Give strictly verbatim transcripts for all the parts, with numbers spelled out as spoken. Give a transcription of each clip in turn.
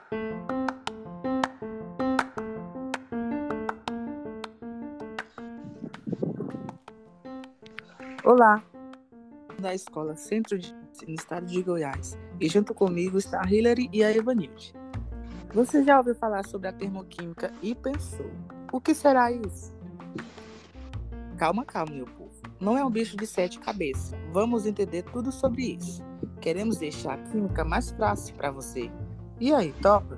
Olá, da Escola Centro de Ensino, Estado de Goiás, e junto comigo está a Hilary e a Evanilde. Você já ouviu falar sobre a termoquímica e pensou, o que será isso? Calma, calma, meu povo. Não é um bicho de sete cabeças. Vamos entender tudo sobre isso. Queremos deixar a química mais fácil para você. E aí, topa?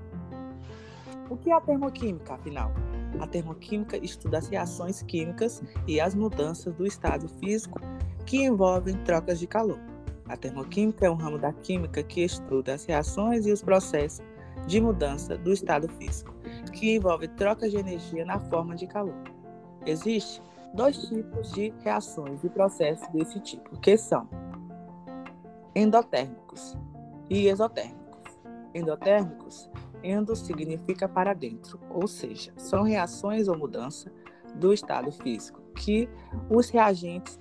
O que é a termoquímica, afinal? A termoquímica estuda as reações químicas e as mudanças do estado físico que envolvem trocas de calor. A termoquímica é um ramo da química que estuda as reações e os processos de mudança do estado físico, que envolve trocas de energia na forma de calor. Existem dois tipos de reações e processos desse tipo, que são endotérmicos e exotérmicos. Endotérmicos, endo significa para dentro, ou seja, são reações ou mudança do estado físico que os reagentes.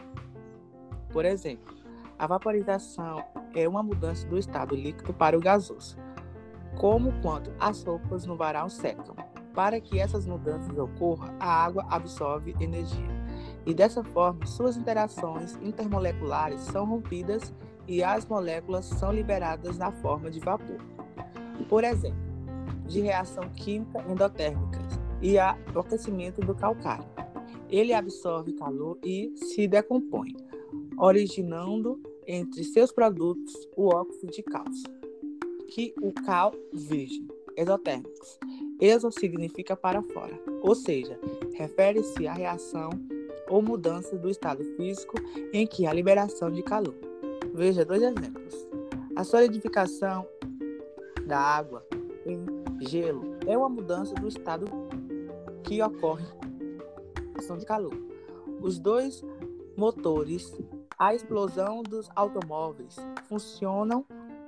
Por exemplo, a vaporização é uma mudança do estado líquido para o gasoso, como quando as roupas no varal secam. Para que essas mudanças ocorram, a água absorve energia e dessa forma suas interações intermoleculares são rompidas e as moléculas são liberadas na forma de vapor. Por exemplo, de reação química endotérmica e o aquecimento do calcário. Ele absorve calor e se decompõe, originando entre seus produtos o óxido de cálcio, que o cal virgem, exotérmicos. Exo significa para fora, ou seja, refere-se à reação ou mudança do estado físico em que há liberação de calor. Veja dois exemplos. A solidificação da água em gelo é uma mudança do estado que ocorre na ação de calor. Os dois motores, a explosão dos automóveis, funcionam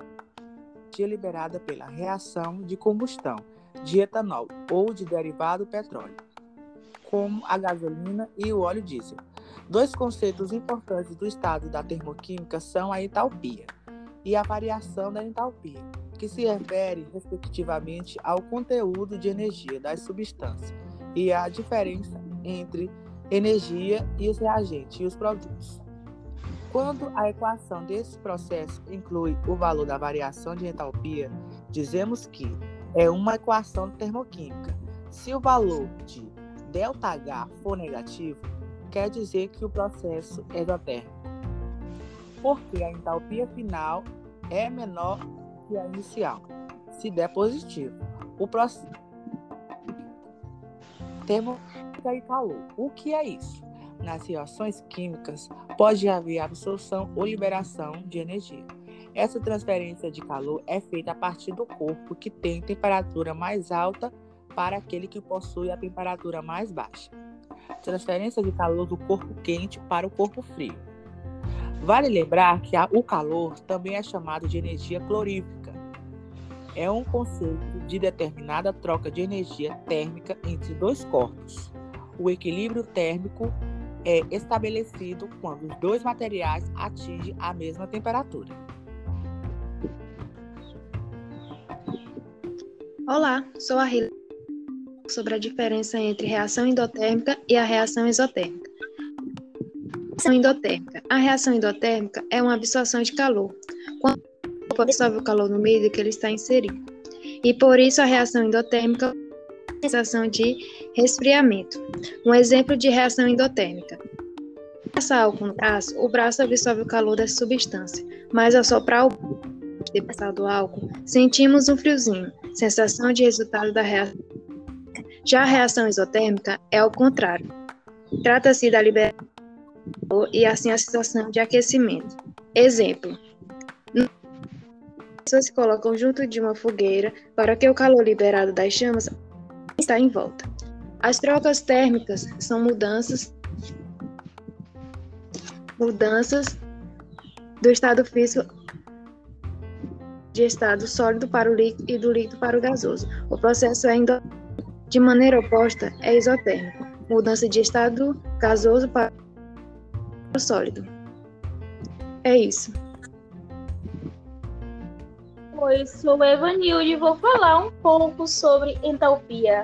de liberada pela reação de combustão de etanol ou de derivado petróleo, como a gasolina e o óleo diesel. Dois conceitos importantes do estado da termoquímica são a entalpia e a variação da entalpia, que se refere, respectivamente, ao conteúdo de energia das substâncias e a diferença entre energia e os reagentes e os produtos. Quando a equação desse processo inclui o valor da variação de entalpia, dizemos que é uma equação termoquímica. Se o valor de ΔH for negativo, quer dizer que o processo é exotérmico, porque a entalpia final é menor que a inicial. Se der positivo, o processo termodinâmica e calor. O que é isso? Nas reações químicas, pode haver absorção ou liberação de energia. Essa transferência de calor é feita a partir do corpo que tem temperatura mais alta para aquele que possui a temperatura mais baixa. Transferência de calor do corpo quente para o corpo frio. Vale lembrar que o calor também é chamado de energia calorífica. É um conceito de determinada troca de energia térmica entre dois corpos. O equilíbrio térmico é estabelecido quando os dois materiais atingem a mesma temperatura. Olá, sou a Hilary, sobre a diferença entre reação endotérmica e a reação exotérmica. Reação endotérmica. A reação endotérmica é uma absorção de calor, quando o corpo absorve o calor no meio em que ele está inserido. E por isso a reação endotérmica é uma sensação de resfriamento. Um exemplo de reação endotérmica. Ao passar álcool no braço, o braço absorve o calor dessa substância, mas ao soprar o de passar do álcool, sentimos um friozinho, sensação de resultado da reação. Já a reação exotérmica é ao contrário. Trata-se da liberação do calor e assim a sensação de aquecimento. Exemplo: as pessoas se colocam junto de uma fogueira para que o calor liberado das chamas está em volta. As trocas térmicas são mudanças mudanças do estado físico de estado sólido para o líquido e do líquido para o gasoso. O processo é endotérmico. De maneira oposta, é exotérmico. Mudança de estado gasoso para o sólido. É isso. Oi, sou Evanilde e vou falar um pouco sobre entalpia.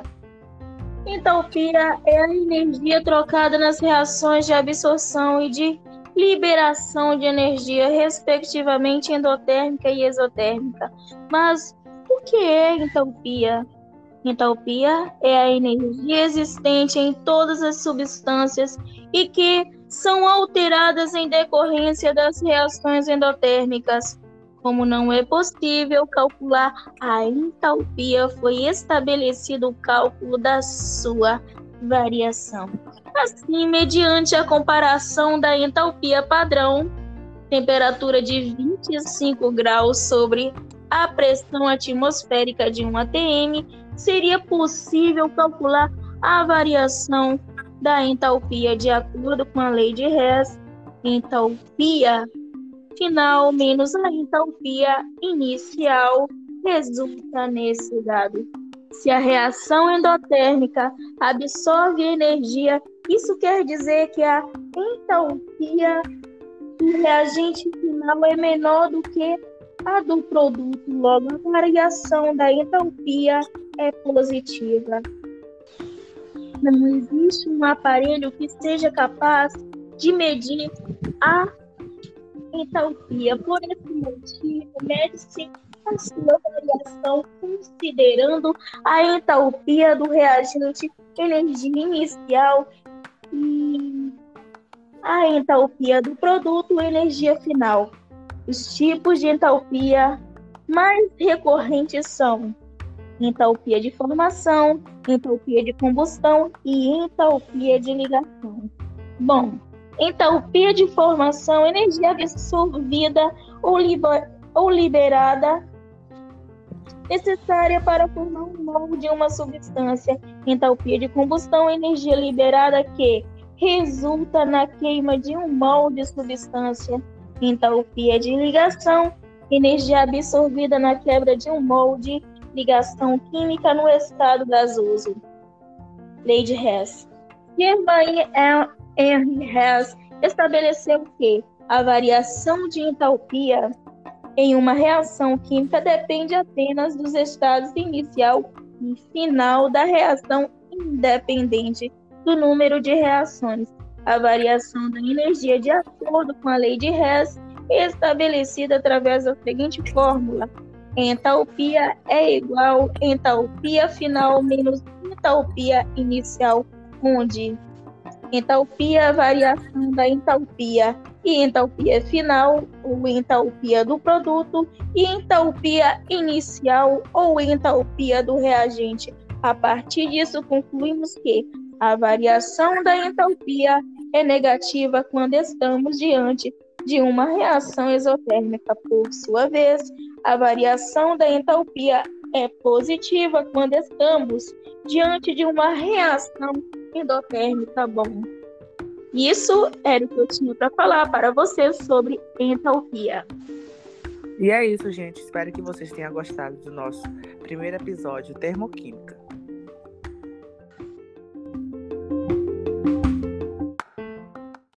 Entalpia é a energia trocada nas reações de absorção e de liberação de energia, respectivamente endotérmica e exotérmica. Mas o que é entalpia? Entalpia é a energia existente em todas as substâncias e que são alteradas em decorrência das reações endotérmicas. Como não é possível calcular a entalpia, foi estabelecido o cálculo da sua variação. Assim, mediante a comparação da entalpia padrão, temperatura de vinte e cinco graus sobre a pressão atmosférica de um atm, seria possível calcular a variação da entalpia de acordo com a lei de Hess. Entalpia final menos a entalpia inicial resulta nesse dado. Se a reação endotérmica absorve energia, isso quer dizer que a entalpia do reagente final é menor do que a do produto. Logo, a variação da entalpia é positiva. Não existe um aparelho que seja capaz de medir a entalpia. Por esse motivo, mede-se a sua variação considerando a entalpia do reagente, energia inicial, e a entalpia do produto, energia final. Os tipos de entalpia mais recorrentes são entalpia de formação, entalpia de combustão e entalpia de ligação. Bom, entalpia de formação, energia absorvida ou, liber, ou liberada necessária para formar um mol de uma substância. Entalpia de combustão, energia liberada que resulta na queima de um mol de substância. Entalpia de ligação, energia absorvida na quebra de um mol de ligação química no estado gasoso. Lei de Hess. Germain Henry Hess estabeleceu que a variação de entalpia em uma reação química depende apenas dos estados inicial e final da reação, independente do número de reações. A variação da energia, de acordo com a lei de Hess, é estabelecida através da seguinte fórmula: entalpia é igual a entalpia final menos entalpia inicial, onde entalpia é a variação da entalpia e entalpia final, ou entalpia do produto, e entalpia inicial, ou entalpia do reagente. A partir disso, concluímos que a variação da entalpia é negativa quando estamos diante de uma reação exotérmica. Por sua vez, a variação da entalpia é positiva quando estamos diante de uma reação endotérmica. Bom, isso era o que eu tinha para falar para vocês sobre entalpia. E é isso, gente. Espero que vocês tenham gostado do nosso primeiro episódio Termoquímica.